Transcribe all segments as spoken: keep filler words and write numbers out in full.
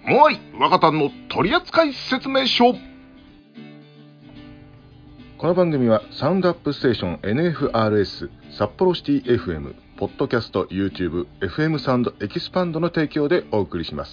モアイ若旦の取扱説明書。この番組はサウンドアップステーション エヌエフアールエス 札幌シティ エフエム ポッドキャスト YouTube エフエム サウンドエキスパンドの提供でお送りします。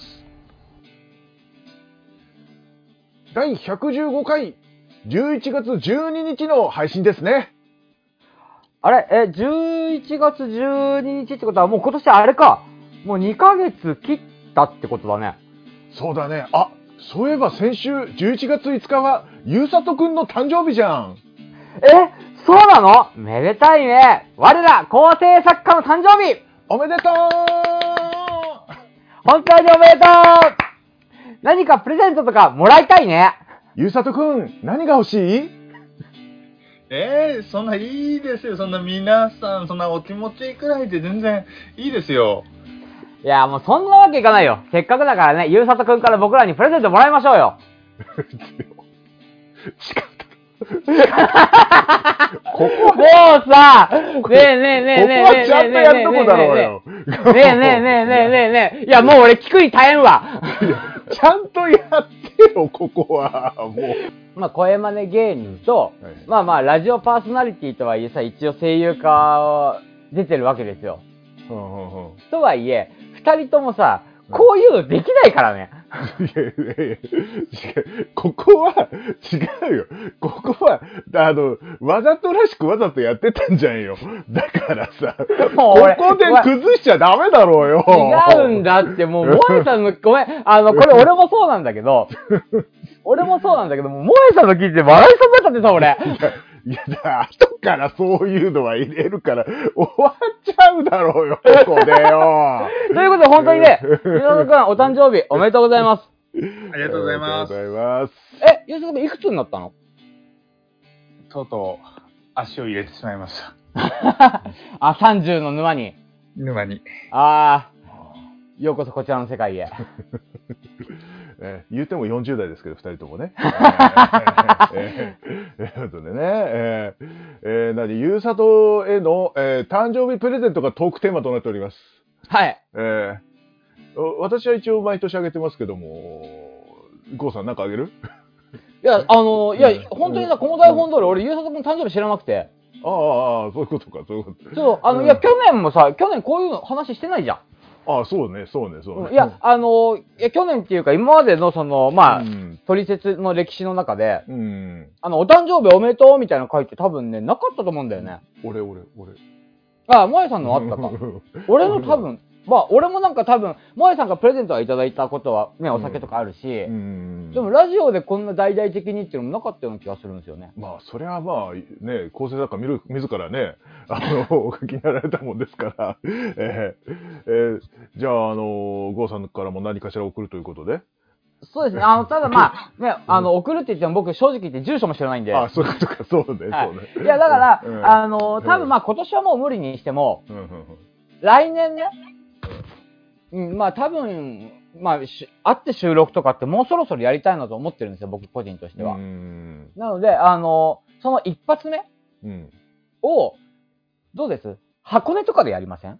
だいひゃくじゅうごかいじゅういちがつじゅうににちの配信ですね。 あれえじゅういちがつじゅうににちってことはもう今年あれか、もうにかげつ切ったってことだね。 そうだね。あ、そういえば先週じゅういちがついつかはゆうさとくんの誕生日じゃん。 え、そうなの？めでたいね。我ら構成作家の誕生日おめでとう。 本当におめでとう。何かプレゼントとかもらいたいね。 ゆうさとくん、何が欲しい？ えー、そんないいですよ。そんな皆さん、そんなお気持ちいいくらいで全然いいですよ。 いや、もうそんなわけいかないよ。せっかくだからね、ゆうさとくんから僕らにプレゼントもらいましょうよ。ここもうさ、ねえねえねえねえねえねえねえねえねえちゃんとやるとこだろうよ。ねえねえねえねえねえねえ。いや、もう俺聞くに大変わ。 ちゃんとやってよ、ここは。もう。 まあ、声真似芸人と、はい、まあまあ、ラジオパーソナリティとはいえさ、一応声優化出てるわけですよ。うんうんうん、とはいえ、二人ともさ、こういうのできないからね。 いやいやいや、違う。ここは、違うよ。ここは、あの、わざとらしくわざとやってたんじゃんよ。だからさ、ここで崩しちゃダメだろうよ。 違うんだって、もう、萌えさんの、ごめん、あの、これ俺もそうなんだけど、俺もそうなんだけど、もう萌えさんの聞いて笑いそうになっちゃってさ、俺。 いや、だ後からそういうのは入れるから、終わっちゃうだろうよ、ここでよ。 ということで、本当にね、ゆうさとくん、お誕生日、おめでとうございます。 ありがとうございます。 ありがとうございます。 え、ゆうさとくん、いくつになったの？ とうとう、足を入れてしまいました。 あ、さんじゅうの沼に。 沼に。 あー、ようこそこちらの世界へ。 えー、言うてもよんじゅうだいですけど、ふたりともね。えー、えー、えー、ことでね、えー、えー、なに、ゆうさとへの、えー、誕生日プレゼントがトークテーマとなっております。 はい。 えー、私は一応毎年あげてますけども、ゴーさんなんかあげる？ いや、あのー、いや、本当にさ、この台本通り、俺、ゆうさとくんの誕生日知らなくて。 ああ、ああ、そういうことか、そういうこと。 そう、あの、いや、去年もさ、去年こういうの話してないじゃん。 ああ、そうね、そうね、そうね。 いや、あのー、いや、去年っていうか、今までのその、まあ、うん、取説の歴史の中で、うん、あの、お誕生日おめでとうみたいな書いて多分ね、なかったと思うんだよね。 俺、俺、俺。 ああ、萌えさんのあったか。俺の多分、まあ、俺もなんか多分、萌えさんがプレゼントはいただいたことはね、お酒とかあるし、うん、でもラジオでこんな大々的にっていうのもなかったような気がするんですよね。 まあ、それはまあ、ね、構成作家見る、自らね、あの、お書きになられたもんですから、えーえー、じゃあ、あの、ゴーさんからも何かしら送るということで。 そうですね。あの、ただまあ、ね、あの、送るって言っても僕正直言って住所も知らないんで。 あ、そういうことか、そうね、 はい、 そうね。 いや、だから、うん、あの、多分まあ今年はもう無理にしても、うんうんうん、来年ね、うん、まあ多分、まあ、会って収録とかってもうそろそろやりたいなと思ってるんですよ、僕個人としては。うんなので、あの、その一発目を、どうです？箱根とかでやりません？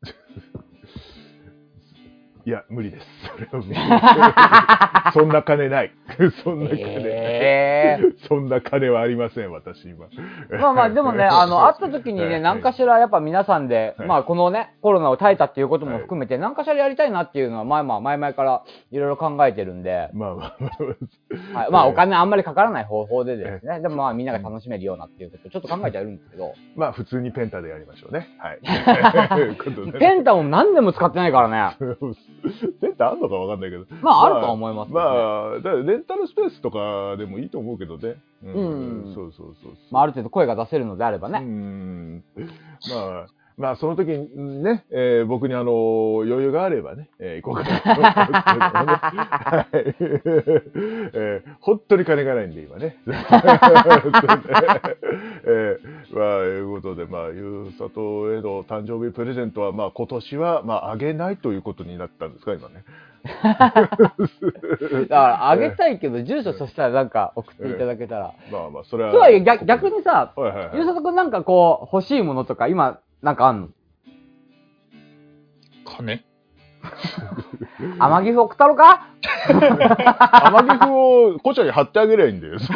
いや、無理です。それは無理。そんな金ない。そんな金、えー、そんな金はありません、私今。 まあまあ、でもね、あの、会った時にね、何かしらやっぱ皆さんで、はい、まあこのね、コロナを耐えたっていうことも含めて、何かしらやりたいなっていうのは、まあまあ、前々からいろいろ考えてるんで。まあまあまあ。はい、まあお金あんまりかからない方法でですね、でもまあみんなが楽しめるようなっていうことをちょっと考えてはいるんですけど。 まあ普通にペンタでやりましょうね。はい。 ペンタも何でも使ってないからね。 ペンタあんのかわかんないけど。 まあ、あるとは思います、ね。 まあ、だからレンタルスペースとかでもいいと思うけどね。うん。うん、そうそうそうそう。 まあ、ある程度声が出せるのであればね。うん。まあ、まあ、その時にね、えー、僕にあの、余裕があればね、えー、行こうかなと思いますけどもね。はい。えー、本当に金がないんで、今ね。えー、まあ、いうことで、まあ、ゆうさとへの誕生日プレゼントは、まあ、今年は、まあ、あげないということになったんですか、今ね。 だからあげたいけど、住所そしたらなんか送っていただけたら。 えー、まあまあ、それは。 とはいえ逆、逆にさ、 はいはいはい、 ゆうさとくんなんかこう、欲しいものとか、今、なんかあんの？ 金天岐阜送ったろか天岐阜をコチャに貼ってあげりゃいいんだよ。いい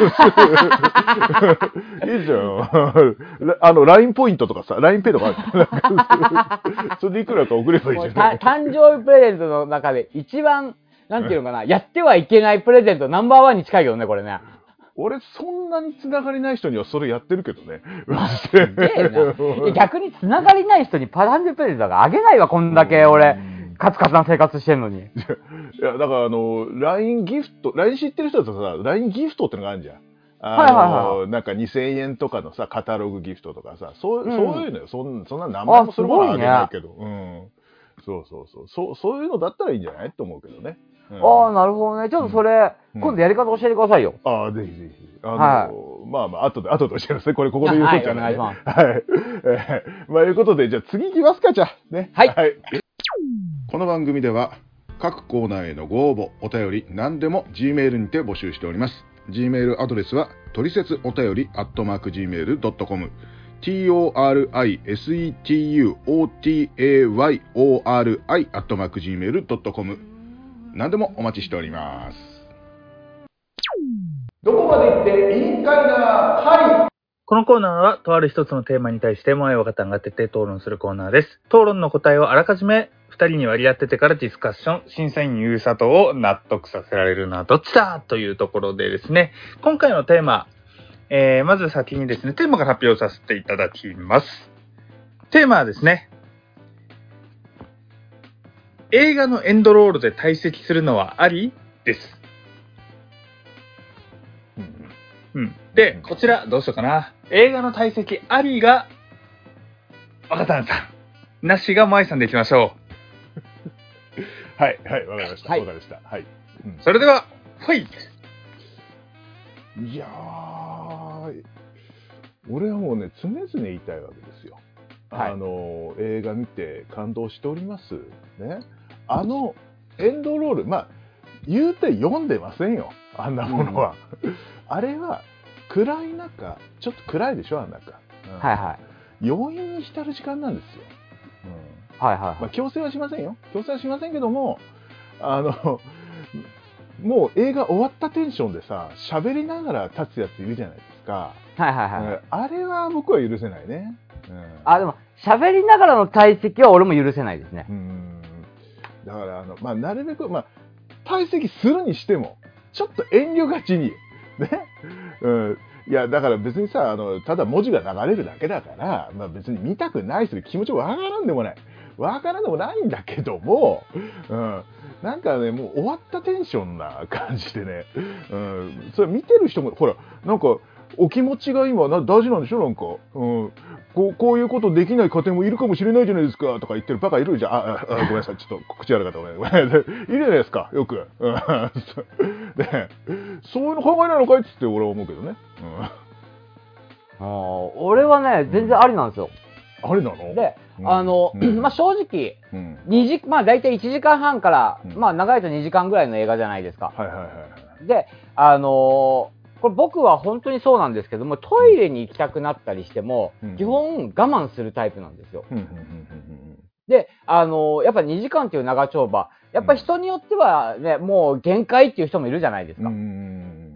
じゃん。あの、ライン ポイントとかさ、ライン ペイとかある。それでいくらか送ればいいじゃん。 誕生日プレゼントの中で一番、なんていうのかな、やってはいけないプレゼントナンバーワンに近いけどね、これね。 俺、そんなに繋がりない人にはそれやってるけどね。 すげえな。逆に繋がりない人にパターンでプレゼントがあげないわ、こんだけ俺、カツカツな生活してんのに。いや、だからあの、ライン ギフト、ライン 知ってる人だとさ、ライン ギフトってのがあるじゃん。あの、はいはいはい、なんかにせんえんとかのさ、カタログギフトとかさ、そう、うん、そういうのよ。そんそんな名前もするものはあげないけど。うん。そうそうそう。そう、そういうのだったらいいんじゃないと思うけどね。 うん、ああ、なるほどね。ちょっとそれ、うん、今度やり方教えてくださいよ。 ああ、ぜひぜひ。あの、はい、まあまあ、後で、後で教えますね。これ、ここで言うことじゃない、ね。はい、お願いします。はい。えー、まあ、いうことで、じゃあ次行きますか、じゃあ。ね。 はい。はい。 この番組では、各コーナーへのご応募、お便り、何でも Gmail にて募集しております。Gmail アドレスは、トリセツお便り、アットマーク ジーメールドットコム。トリセトオタヨリ、アットマーク ジーメールドットコム。何でもお待ちしております。どこまで行っていいんかいな、はい。 このコーナーは、とある一つのテーマに対して、もやわかたんが徹底討論するコーナーです。討論の答えをあらかじめ二人に割り当ててからディスカッション、審査員ゆうさとを納得させられるのはどっちだというところでですね、今回のテーマ、えー、まず先にですね、テーマから発表させていただきます。テーマはですね、映画のエンドロールで退席するのはありです。うん。で、こちらどうしようかな。映画の退席ありが若田さん、なしが舞さんでいきましょう。はいはい、わかりました。わ、はい、かりました。はい。 うん、それではファイト。 いやー、俺はもうね常々言いたいわけですよ。はい、あの映画見て感動しておりますね。あのエンドロール、まあ言うて読んでませんよ、あんなものは。うん、あれは暗い中、ちょっと暗いでしょ、あん中。うん、 はいはい。 余韻に浸る時間なんですよ。 うん、はいはい、はい。 まあ強制はしませんよ。強制はしませんけども、あのもう映画終わったテンションでさ、喋りながら立つやついるじゃないですか。 はいはいはい。 うん、あれは僕は許せないね。 うん、あ、でも喋りながらの退席は俺も許せないですね。 うん。だからあのまあなるべくまあ退席するにしてもちょっと遠慮がちにね。うん。いやだから別にさ、あのただ文字が流れるだけだから、まあ別に見たくない人の気持ちわからんでもない。わからんでもないんだけども、うん、なんかね、もう終わったテンションな感じでね、うん、それ見てる人も、ほら、なんか、お気持ちが今な大事なんでしょ、なんか、うん、こう、こういうことできない家庭もいるかもしれないじゃないですかとか言ってるバカいるじゃん。あ、あ、あごめんなさい、ちょっと口悪かった。ごめんなさい。いるじゃないですか、よく。うん、で、そういうの考えないのかいっつって俺は思うけどね。 うん、あ俺はね、全然ありなんですよ。 あれなので、うん、あの、うん、まあ、正直、うん、にじ、まあ、大体いちじかんはんから、うん、まあ、長いとにじかんぐらいの映画じゃないですか。 はいはいはい。 で、あのー、これ僕は本当にそうなんですけども、トイレに行きたくなったりしても、うん、基本我慢するタイプなんですよ。うん、で、あのー、やっぱにじかんっていう長丁場、やっぱ人によってはね、もう限界っていう人もいるじゃないですか。うん、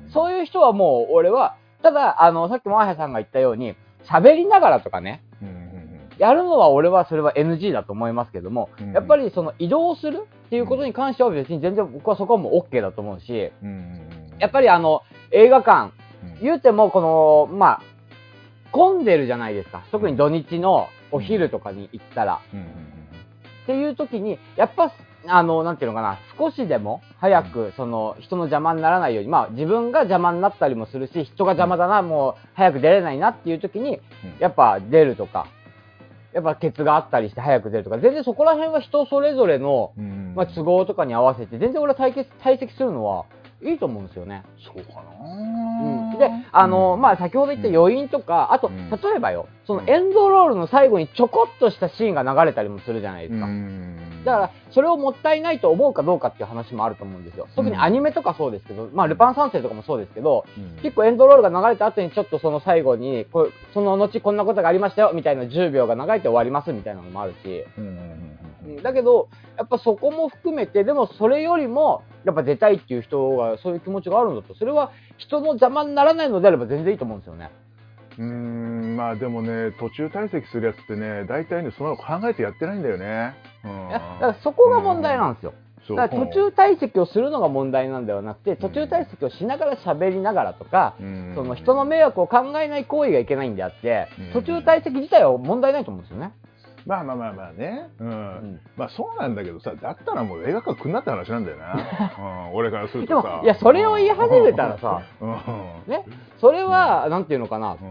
そういう人はもう、俺は、ただ、あの、さっきもあやさんが言ったように、喋りながらとかね、やるのは俺はそれは エヌジー だと思いますけども、うん、やっぱりその移動するっていうことに関しては別に全然僕はそこはもう OK だと思うし、うん、やっぱりあの映画館、うん、言うてもこのまあ混んでるじゃないですか、特に土日のお昼とかに行ったら、うん、っていう時にやっぱあのなんていうのかな、少しでも早くその人の邪魔にならないように、まあ自分が邪魔になったりもするし、人が邪魔だな、もう早く出れないなっていう時にやっぱ出るとか。やっぱケツがあったりして早く出るとか、全然そこら辺は人それぞれの、まあ、都合とかに合わせて、全然俺は退席、退席するのはいいと思うんですよね。 そうかな、 うん、で、あの、まあ、先ほど言った余韻とか、あと、例えばよ、そのエンドロールの最後にちょこっとしたシーンが流れたりもするじゃないですか。だから、それをもったいないと思うかどうかっていう話もあると思うんですよ。特にアニメとかそうですけど、まあ、ルパン三世とかもそうですけど、結構エンドロールが流れた後にちょっとその最後に、こうその後こんなことがありましたよ、みたいなじゅうびょうが流れて終わりますみたいなのもあるし、 だけどやっぱそこも含めてでもそれよりもやっぱ出たいっていう人がそういう気持ちがあるんだとそれは人の邪魔にならないのであれば全然いいと思うんですよね。 うーんまあでもね途中退席するやつってね大体ねその考えてやってないんだよね。うん、 いやだからそこが問題なんですよ。 うん、 だから途中退席をするのが問題なんではなくて途中退席をしながら喋りながらとか、うん、その人の迷惑を考えない行為がいけないんであって、うん、途中退席自体は問題ないと思うんですよね。 まあまあまあまあね、うんうん、まあそうなんだけどさだったらもう映画館来んなって話なんだよな、うん、俺からするとさ。でもいやそれを言い始めたらさ、うん、ねそれは、うん、なんていうのかな、うん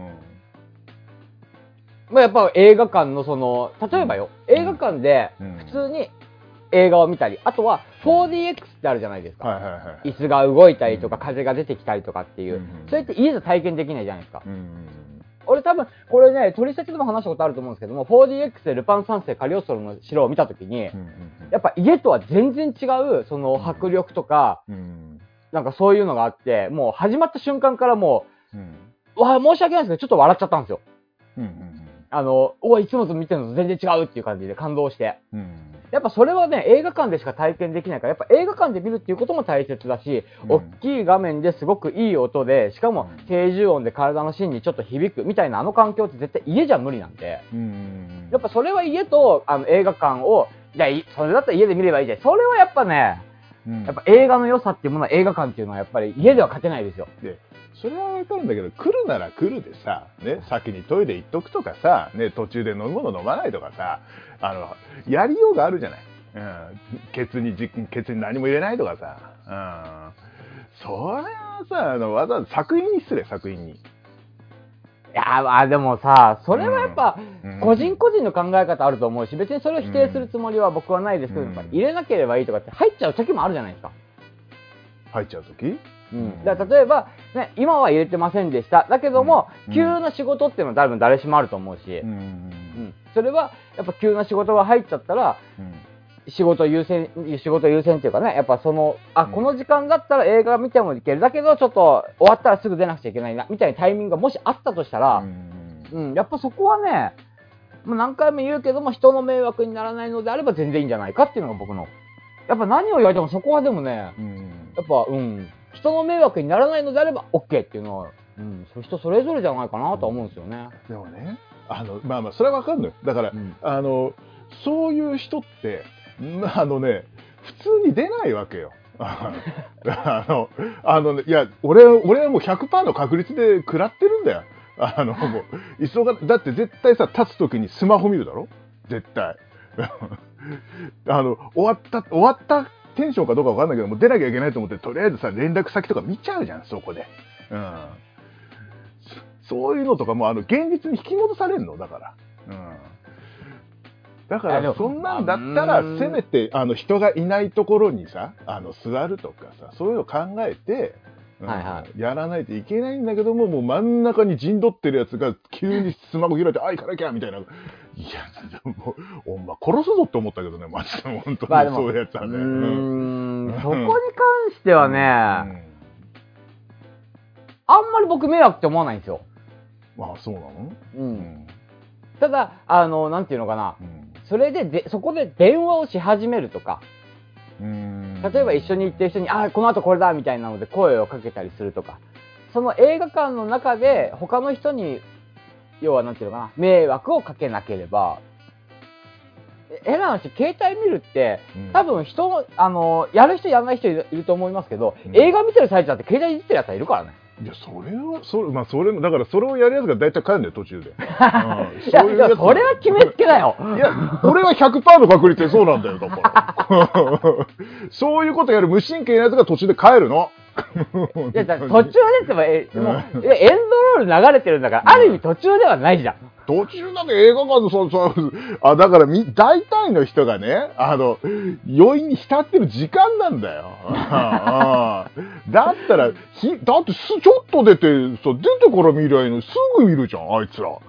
まあ、やっぱ映画館のその例えばよ、うん、映画館で普通に映画を見たりあとは フォーディーエックス ってあるじゃないですか、はいはいはい、椅子が動いたりとか、うん、風が出てきたりとかっていう、うん、それって家で体験できないじゃないですか、うん、俺多分これね取説でも話したことあると思うんですけども フォーディーエックス でルパン三世カリオストロの城を見た時に、うんうんうん、やっぱ家とは全然違うその迫力とか、うん、なんかそういうのがあってもう始まった瞬間からもう、うん、わ申し訳ないですけどちょっと笑っちゃったんですよ、うんうんうん、あのおいつもと見てるのと全然違うっていう感じで感動して、うんやっぱそれはね映画館でしか体験できないからやっぱ映画館で見るっていうことも大切だし、うん、大きい画面ですごくいい音でしかも低重音で体の芯にちょっと響くみたいなあの環境って絶対家じゃ無理なんで、うん、やっぱそれは家とあの映画館をじゃあそれだったら家で見ればいいじゃんそれはやっぱね、うん、やっぱ映画の良さっていうものは映画館っていうのはやっぱり家では勝てないですよ。でそれは分かるんだけど来るなら来るでさ、ね、先にトイレ行っとくとかさ、ね、途中で飲み物飲まないとかさあのやりようがあるじゃない、うん、ケツにケツに何も入れないとかさ、うん、それはさあのわざわざ作品に失礼作品にいやまあでもさそれはやっぱ、うん、個人個人の考え方あると思うし別にそれを否定するつもりは僕はないですけど、うん、やっぱ入れなければいいとかって入っちゃう時もあるじゃないですか入っちゃう時うん、だから例えば、ね、今は入れてませんでしただけども、うん、急な仕事っていうのは多分誰しもあると思うし、うんうん、それはやっぱ急な仕事が入っちゃったら、うん、仕事優先仕事優先っていうかねやっぱそのあ、うん、この時間だったら映画見てもいけるだけどちょっと終わったらすぐ出なくちゃいけないなみたいなタイミングがもしあったとしたら、うんうん、やっぱそこはねもう何回も言うけども人の迷惑にならないのであれば全然いいんじゃないかっていうのが僕のやっぱ何を言われてもそこはでもね、うん、やっぱうん人の迷惑にならないのであれば OK っていうのは、うん、そ人それぞれじゃないかなとは思うんですよね。 でもね、あのまあまあそれはわかんない。だから、うん、あのそういう人ってあのね普通に出ないわけよ。あのあのねいや俺俺はもう ひゃくパーセント の確率で食らってるんだよ。あのもう急がだって絶対さ立つ時にスマホ見るだろ絶対。あの終わった終わったテンションかどうかわかんないけども出なきゃいけないと思ってとりあえずさ連絡先とか見ちゃうじゃんそこで、うん、そ, そういうのとかもあの現実に引き戻されるのだから、うん、だからそんなんだったらせめてあの人がいないところにさあの座るとかさそういうの考えて、うんはいはい、やらないといけないんだけどももう真ん中に陣取ってるやつが急にスマホ開いてあ行かなきゃみたいないやもうお前殺すぞって思ったけどねマジで本当に、まあ、そういうやつはねうーんそこに関してはね、うん、あんまり僕迷惑って思わないんですよ。 ああそうなの、うんうん、 ただあのなんていうのかな、うん、それででそこで電話をし始めるとかうーん例えば一緒に行ってる人にあこの後これだみたいなので声をかけたりするとかその映画館の中で他の人に要はなんていうのかな迷惑をかけなければ変な話携帯見るって、うん、多分人あのやる人やらない人いる、いると思いますけど、うん、映画見てる最中だって携帯いじってるやつはいるからね。 いやそれはそれまあそれもだからそれをやるやつが大体帰るんだよ途中で、うん、 そういうやついやそれは決めつけだよ。 いや俺は ひゃくパーセント の確率でそうなんだよだからそういうことやる無神経なやつが途中で帰るのいや途中でってもえもうエンドロール流れてるんだから、うん、ある意味途中ではないじゃん。 途中だって映画館のそうそうあだからみ大体の人がねあの余韻に浸ってる時間なんだよああだったらひだってすちょっと出てさ出てから見りゃいいのすぐ見るじゃんあいつら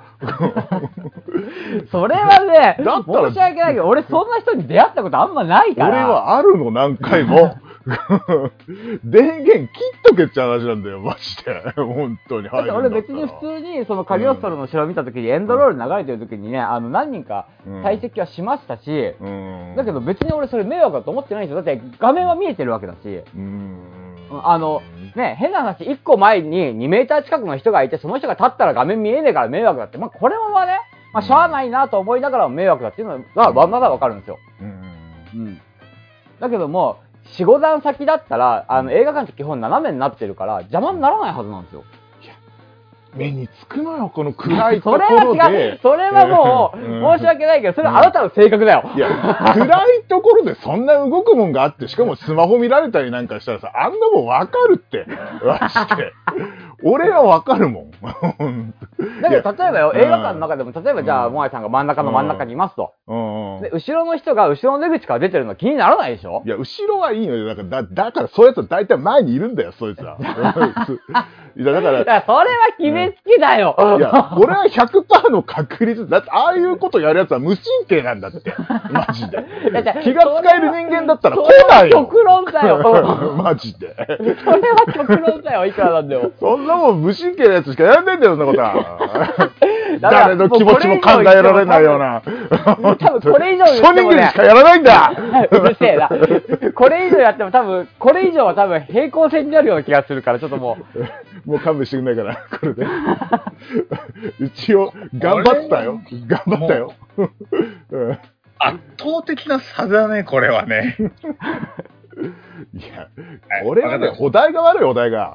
それはねだったら申し訳ないけど俺そんな人に出会ったことあんまないから。 俺はあるの何回も電源切っとけって話なんだよ、マジで。本当に。 だって俺別に普通に、そのカリオストロの城を見た時に、エンドロール流れてる時にね、あの、何人か退席はしましたし、うん、だけど別に俺それ迷惑だと思ってないんですよ。だって画面は見えてるわけだし、うん、あの、ね、変な話、いっこまえににメーター近くの人がいて、その人が立ったら画面見えねえから迷惑だって、まあこれはね、まあしゃあないなと思いながらも迷惑だっていうのが、まだわかるんですよ。うん。うん。だけども、よん、ごだん先だったら、あの、映画館って基本斜めになってるから、邪魔にならないはずなんですよ。 目につくのよ、この暗いところで。 それは違う。それはもう、うん、申し訳ないけど、それはあなたの性格だよ。 いや、暗いところでそんな動くもんがあって、しかもスマホ見られたりなんかしたらさ、あんなもんわかるって。マジで。俺はわかるもん。 だけど、例えばよ、映画館の中でも、例えばじゃあ、モアイさんが真ん中の真ん中にいますと。うんうん、で、後ろの人が後ろの出口から出てるの気にならないでしょ？ いや、後ろはいいのよ。だから、だだからそういうやつは大体前にいるんだよ、そういうやつは。いや、だから。 だから、それは決めつけだよ。 うん、いや、俺は ひゃくパーセント の確率だって、ああいうことやるやつは無神経なんだって。マジで。気が使える人間だったら来ないよ。 極論だよ。 マジで。 それは極論だよ、いくらなんでも。 そんなもん無神経なやつしかやらないんだよ、そんなことは。誰の気持ちも考えられないような。 多分これ以上言ってもね。庶人間しかやらないんだ。 うるせえな。これ以上やっても多分、これ以上は多分平行線になるような気がするから、ちょっともう。もう勘弁してくんないから、これで。一応、頑張ったよ。頑張ったよ。 圧倒的な差だね、これはね。 いや、俺はね、お題が悪い、お題が。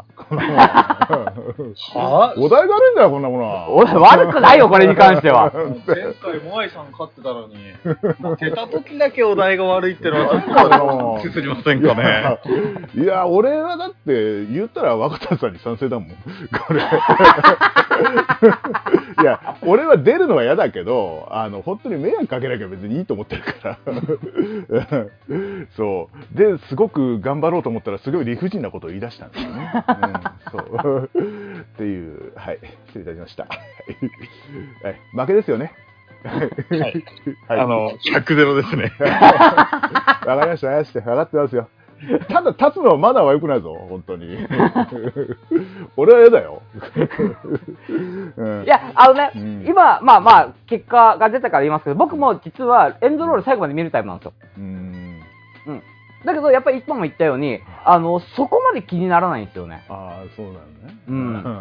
はぁお題が悪いんだよ、こんなものは。 俺、悪くないよ、これに関しては。 前回、モアイさん勝ってたのに、負けた時だけお題が悪いってのは、ちょっと、すりませんかね。 いや、俺はだって、言ったら若田さんに賛成だもん。これ。いや、俺は出るのは嫌だけど、あの、本当に迷惑かけなきゃ別にいいと思ってるから。そう。で、すごく頑張ろうと思ったら、すごい理不尽なことを言い出したんですよね。うん、そう。っていう、はい。失礼いたしました。はい。負けですよね。 はい。はい、あの、ひゃくゼロですね。 わかりました。わかってますよ。ただ立つのはマナーは良くないぞ、本当に。俺は嫌だよ。 うん、いや、あのね、うん、今、まあまあ、結果が出たから言いますけど、僕も実はエンドロール最後まで見るタイプなんですよ。うん。うん。だけど、やっぱりいつも言ったように、あの、そこまで気にならないんですよね。 ああ、そうなのね。 うん。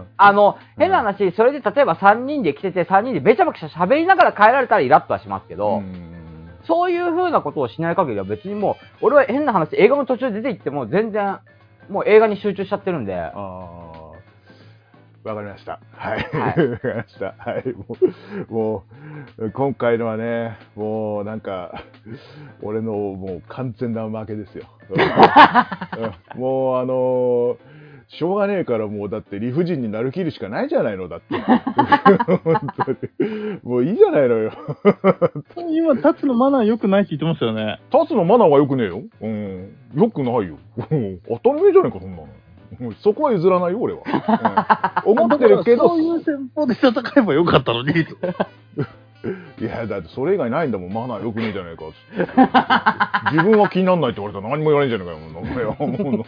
あの、変な話、それで例えばさんにんで来てて、さんにんでべちゃべちゃ喋りながら帰られたらイラッとはしますけど、うんそういう風なことをしない限りは別にもう、俺は変な話、映画の途中で出て行っても全然、もう映画に集中しちゃってるんで。ああ。わかりました。はい。わ、はい、かりました。はい。もう、もう、今回のはね、もうなんか、俺のもう完全な負けですよ。もうあのー、しょうがねえからもうだって理不尽になるきるしかないじゃないのだって。本当にもういいじゃないのよ。 今、立つのマナー良くないって言ってましたよね。 立つのマナーは良くねえよ。うん。良くないよ。当たり前じゃないか、そんなの。そこは譲らないよ、俺は。うん、思ってるけど。 そういう戦法で戦えばよかったのに。 いや、だってそれ以外ないんだもん、マナーよくねえじゃねえか。自分は気にならないって言われたら何も言われんじゃねえかよ。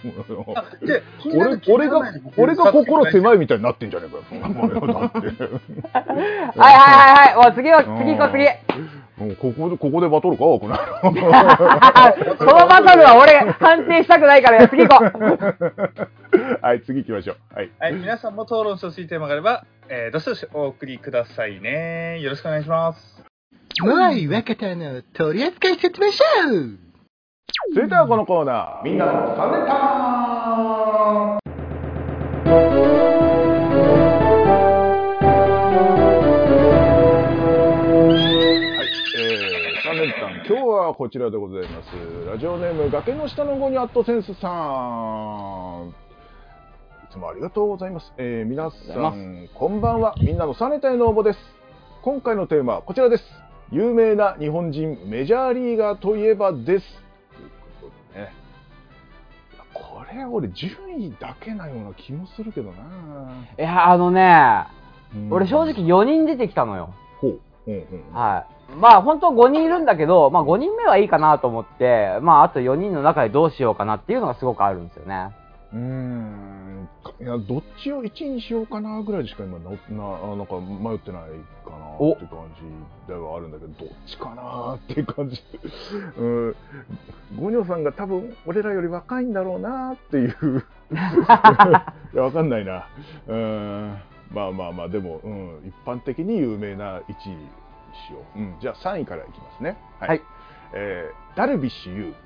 俺、俺が、俺が心狭いみたいになってんじゃねえかよ。だって。はいはいはいはい、もう次は、次行こう、次。 もうここで、ここでバトルか、このそのバトルは俺、判定したくないから次行こう。 はい、次行きましょう。はい。 はい、皆さんも討論してほしいテーマがあれば、えー、どしどしお送りくださいね。よろしくお願いします。 もい若田の取扱説明書。 続いてはこのコーナー、みんなのさんねんかん。今日はこちらでございます。ラジオネーム崖の下のゴニャットセンスさん、いつもありがとうございます。えー、皆さんこんばんは。みんなのさんねんかんへの応募です。今回のテーマはこちらです。有名な日本人メジャーリーガーといえばです。ということでね、これ俺順位だけなような気もするけどな。 いや、あのね、うん、俺正直よにん出てきたのよ。 ほう。うんうん、 はい。 まあ本当ごにんいるんだけど、まあごにんめはいいかなと思って、まああとよにんの中でどうしようかなっていうのがすごくあるんですよね。 うーん。いや、どっちをいちいにしようかなぐらいでしか今な、な、なんか迷ってないかなっていう感じではあるんだけど、どっちかなっていう感じ。うん。ゴニョさんが多分俺らより若いんだろうなっていう。いや、わかんないな。うん。まあまあまあ、でも、うん、一般的に有名ないちいにしよう。うん。じゃあさんいからいきますね。はい。はい、えー、ダルビッシュ有。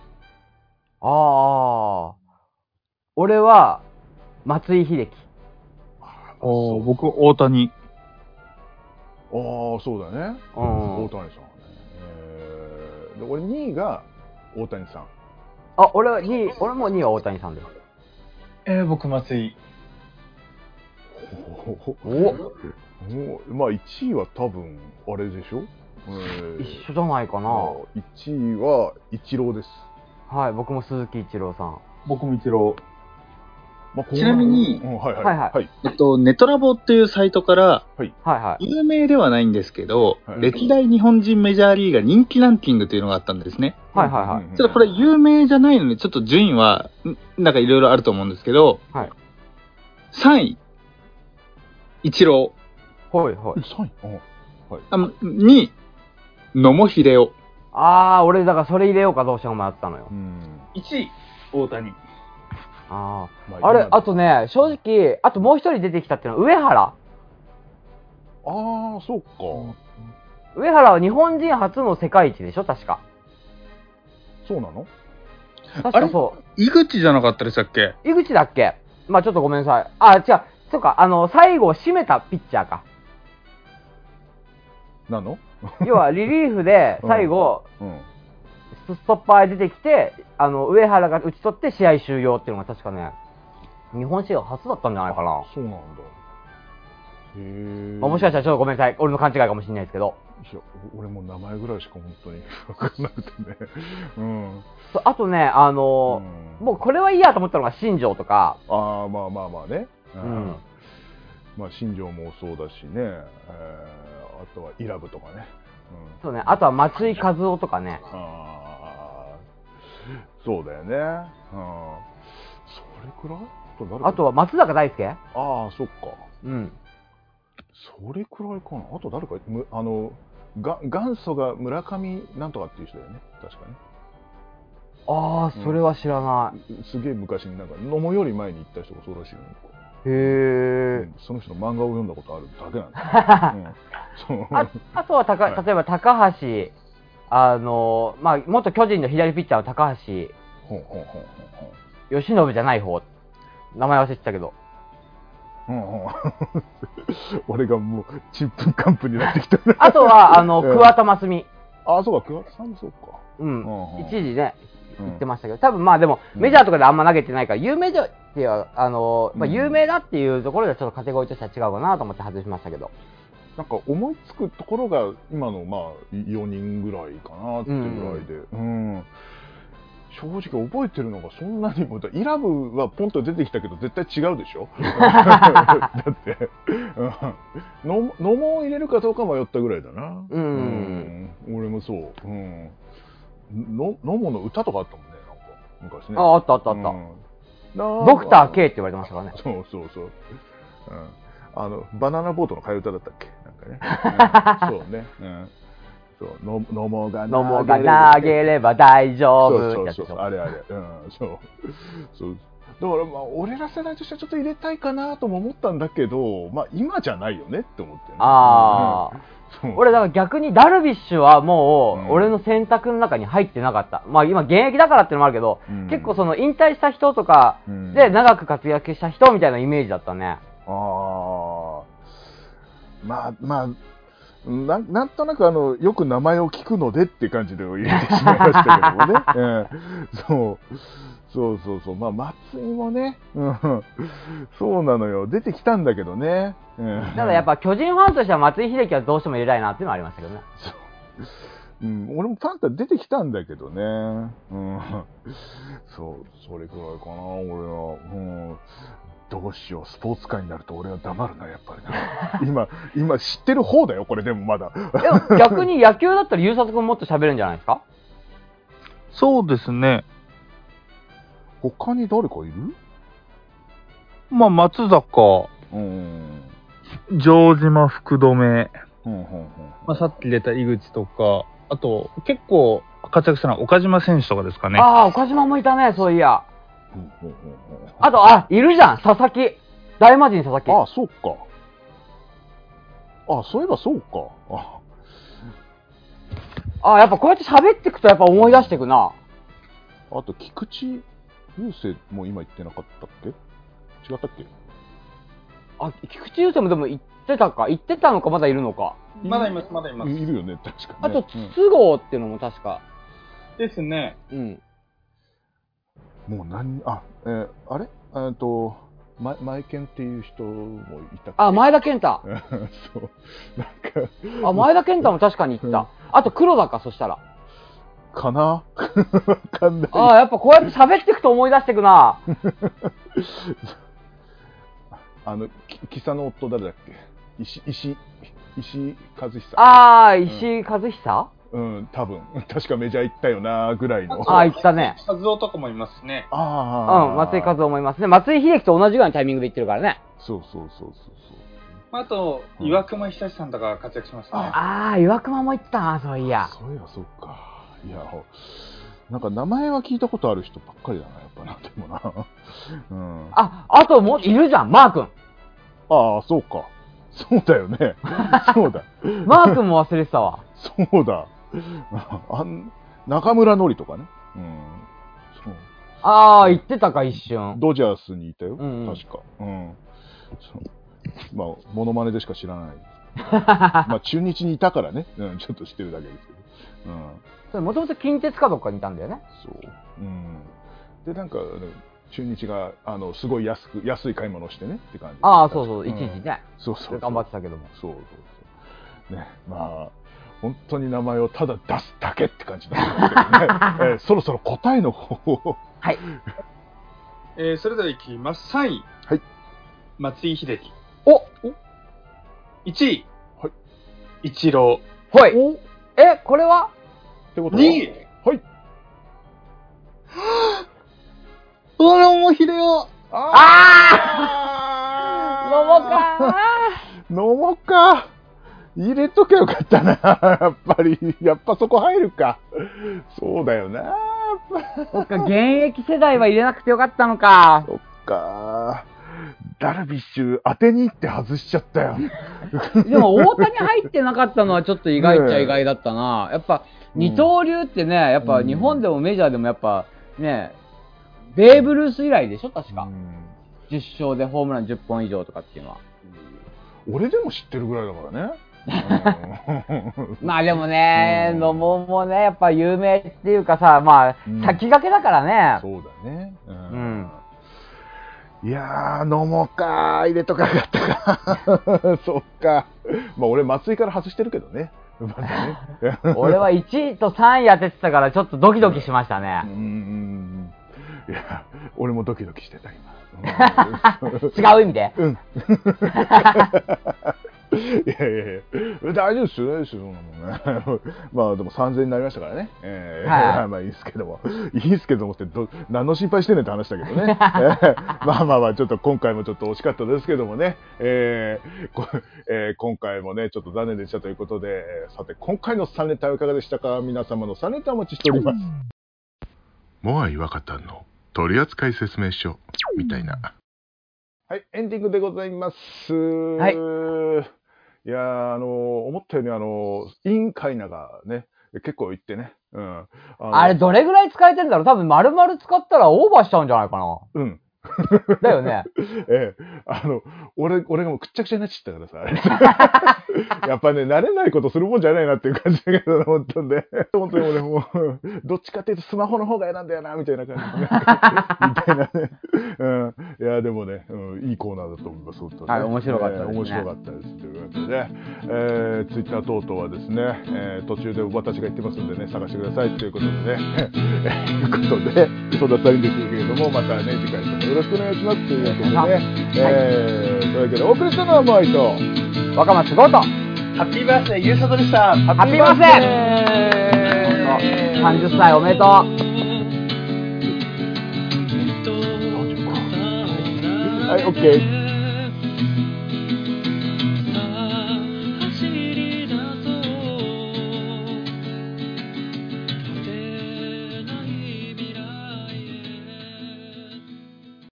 ああ。俺は、松井秀喜。 お僕、大谷。 ああ、そうだね。うん、大谷さんはね。えー、で俺にいが大谷さん。 あ、俺はにい、俺もにいは大谷さんです。 えー、僕、松井。 おおまあ、いちいは多分、あれでしょ、えー、一緒じゃないかな。 いちいは、イチローです。 はい、僕も鈴木一郎さん。 僕も一郎。 まあ、ちなみに、 うん、はいはいはいはい、 えっと、ネトラボっていうサイトから、 はいはい、 有名ではないんですけど、 はい、 歴代日本人メジャーリーガー人気ランキングというのがあったんですね。 はいはいはい。 ただこれ有名じゃないので、ちょっと順位は、なんかいろいろあると思うんですけど、 はい、 さんい、イチロー。はいはい。 さんい、 はい、あにい、野茂英雄。 あー、俺だからそれ入れようかどうしようか迷ったのよ。 うん、 いちい、大谷。 ああ、まあ、あれ、あとね、正直、あともう一人出てきたっていうのは上原。ああ、そうか。 上原は日本人初の世界一でしょ、確か。 そうなの？ 確かそう。 井口じゃなかったでしたっけ？ 井口だっけ？まあちょっとごめんなさい。あ、違う。そうか、あの、最後を締めたピッチャーか。 なの？ 要はリリーフで最後、 うんうん、 ストッパーで出てきて、あの、上原が打ち取って試合終了っていうのが確かね、日本史上初だったんじゃないかな。 そうなんだ。へー。 まあ、もしかしたらちょっとごめんなさい。俺の勘違いかもしれないですけど。 いや、俺も名前ぐらいしか本当に分かんなくてね。うん。 あとね、あのーうん、もうこれはいいやと思ったのが新庄とか。 ああ、まあまあまあね。 うん。 まあ新庄もそうだしね。えー、あとはイラブとかね。 うん、そうね。あとは松井和夫とかね。 ああ、そうだよね。うん。それくらい？ あとは松坂大輔？ ああ、そっか。 うん。 それくらいかな。あと誰か、むあの、が元祖が村上なんとかっていう人だよね。確かね。 ああ、それは知らない。 うん、すげえ昔になんか野茂より前に行った人がそうらしいよね。 へえ、うん。 その人の漫画を読んだことあるだけなんだ、ね。うん、 あ, あとはたか、はい、例えば高橋、あのまあ元巨人の左ピッチャーの高橋由伸じゃない方、名前忘れてたけど。 うんうん、俺がもうちんぷんかんぷんになってきた。 あとはあの桑田真澄。 ああ、そうか、桑田さんもそうか。 うん。うんうん、一時ね言ってましたけど、多分まあでもメジャーとかであんま投げてないから有名でっていうあの、まあ、有名だっていうところではちょっとカテゴリーとしては違うかなと思って外しましたけど。 なんか思いつくところが今のまあよにんぐらいかなっていうぐらいで、うん、うん、正直覚えてるのがそんなにも、イラブはポンと出てきたけど絶対違うでしょ。だって、うん、野茂を入れるかどうか迷ったぐらいだな。 うん、 うん、俺もそう。うん、野茂の歌とかあったもんね、なんか昔ね。 あ、あったあったあった。うん、ドクター K って言われてましたからね。 そうそうそう。うん、あのバナナボートの替え歌だったっけ、なんかね。うん、そうね。うん、そうの野茂が野茂が投げれば大丈夫。 そうそうそう、あれあれ。うん、そうそう。だからまあ俺ら世代としてはちょっと入れたいかなとも思ったんだけど、まあ今じゃないよねって思って、ね。 ああ。うん、俺だから逆にダルビッシュはもう俺の選択の中に入ってなかった。うん、まあ今現役だからっていうのもあるけど、うん、結構その引退した人とかで長く活躍した人みたいなイメージだったね。 ああ。まあまあ。な, なんとなくあのよく名前を聞くのでって感じで入れてしまいましたけどもね、えー、そうそうそうそう、まあ松井もね、うん、そうなのよ、出てきたんだけどね、うん、 ただやっぱ巨人ファンとしては松井秀喜はどうしても入れたいなっていうのはありましたけどね。 そう、うん、俺もファンタ出てきたんだけどね、うん、そう、それくらいかな俺は、うん、 どうしよう、スポーツ界になると俺は黙るな、やっぱりな。今、今知ってる方だよ、これでもまだ。 でも逆に野球だったら、ゆうさとくんもっと喋るんじゃないですか？ そうですね。 他に誰かいる？ まあ、松坂、 うん。 城島福留、 うんうんうんまあ、さっき出た井口とか、あと、結構活躍したのは岡島選手とかですかね。 ああ、岡島もいたね、そういや。 うんうんうんうんあと、あ、いるじゃん、佐々木。大魔神佐々木。 ああ、そうか。ああ、そういえばそうか。あああ、やっぱこうやって喋っていくとやっぱ思い出していくな。 あと、菊池雄星も今言ってなかったっけ？違ったっけ？ あ、菊池雄星もでも言ってたか。言ってたのか、まだいるのか。 まだいます、まだいます。 いるよね、確かに、 あね。 と、筒香っていうのも確か。 ですね。 うん。 もう何、あ、えー、あれえっと、ま、前健っていう人もいたっけ？ あ、前田健太。 そう。なんか。 あ、前田健太も確かに言った。あと、黒田か、そしたら。 かなわかんない。 ああ、やっぱこうやって喋っていくと思い出していくな。 あの、き、キサの夫誰だっけ？石、石、石和久。 ああ、石井和久？ うん、多分。確かメジャー行ったよな、ぐらいの。 ああ、言ったね。 和夫とかもいますね。 ああ。 うん、松井和夫思いますね。松井秀喜と同じぐらいのタイミングで言ってるからね。 そうそうそうそうあと、 うん岩隈久志さんとか活躍しましたね。 ああ、岩隈も言ったな、そういや。 そう。そういえばそうか。いや、なんか名前は聞いたことある人ばっかりだな、やっぱな、でもな。うん。ああ、あともういるじゃん、マー君。 あ、そうか。そうだよね。そうだ。 マー君も忘れてたわ。 そうだ。あん中村のりとかね。うん。そう。 ああ、言ってたか、一瞬。 ドジャースにいたよ、 うんうん確か。うん。そうまあ、モノマネでしか知らない。まあ、中日にいたからね、うん、ちょっと知ってるだけですけど。うん。 それもともと近鉄かどっかにいたんだよね。 そう。うん。で、なんか、中日が、あの、すごい安く、安い買い物をしてねって感じ。 ああ、そうそう、 ん一時ね。 そうそうそう。 頑張ってたけども。 そうそうそう。ね、まあ、本当に名前をただ出すだけって感じなんですけどね。えーそろそろ答えの方を。 はい。 えー、それではいきます。さんい。 はい。 松井秀喜。 おおいちい。 はい。 イチロほい。え、これはー。 ってことはにい。 はい。 大野秀夫。 あ野茂か野茂か。入れとけばよかったな。やっぱり。やっぱそこ入るか。そうだよな。やっぱそっか、現役世代は入れなくてよかったのか。 そっか。ダルビッシュ当てに行って外しちゃったよ。 でも大谷入ってなかったのはちょっと意外っちゃ意外だったな。やっぱ二刀流ってね、やっぱ日本でもメジャーでもやっぱね、ベーブ・ルース以来でしょ確か。じゅっしょうでホームランじゅっぽん以上とかっていうのは。 俺でも知ってるぐらいだからね。 まあでもね、野茂もね、やっぱ有名っていうかさ、まあ、 うん先駆けだからね。 そうだね。ううんん。いやー、野茂かー、入れとかなかったか。そっか。まあ俺、松井から外してるけどね。まだね俺はいちいとさんい当ててたからちょっとドキドキしましたねう。ん。いや、俺もドキドキしてた、今。 違う意味でうん。いやいやいや、大丈夫ですよ、大丈夫ですよ、そんなもんね。まあでもさんぜんえんになりましたからね。えーはいはいまあいいですけども。いいですけどもってど、何の心配してんねんって話だけどね。えーまあまあまあ、ちょっと今回もちょっと惜しかったですけどもね。えーこえー今回もね、ちょっと残念でしたということで、えーさて、今回のさんネタはいかがでしたか？皆様のさんネタお待ちしております。モアイワカタンの取扱説明書みたいな。はい、エンディングでございます。 はい。 いやー、あのー、思ったように、あのー、インカイナがね、結構行ってね。うん。あのあれどれぐらい使えてんだろう多分丸々使ったらオーバーしちゃうんじゃないかな。 うん。 だよね。 ええ、あの、俺、俺がもうくっちゃくちゃになっちゃったからさ、あれやっぱね、慣れないことするもんじゃないなっていう感じだけど、本当にね。本当に俺もう、どっちかっていうとスマホの方が嫌なんだよな、みたいな感じで、ね、みたいなね。うん。いや、でもね、うん、いいコーナーだと思います、本当に、ね。 はい、面白かったですね。 えー面白かったです。ということで、えー、ツイッター等々はですね、えー、途中で私が言ってますんでね、探してくださいということでね、えー、ということで、そんなふたりですけれども、またね、次回ともよろしくろしくお願いしますということでね、えー、というわけでお送りしたのはマイと若松ゴート。 ハッピーバースデーゆうさとでした。 ハッピーバースデー。さんじゅっさいおめでとう。 はい、オッケー。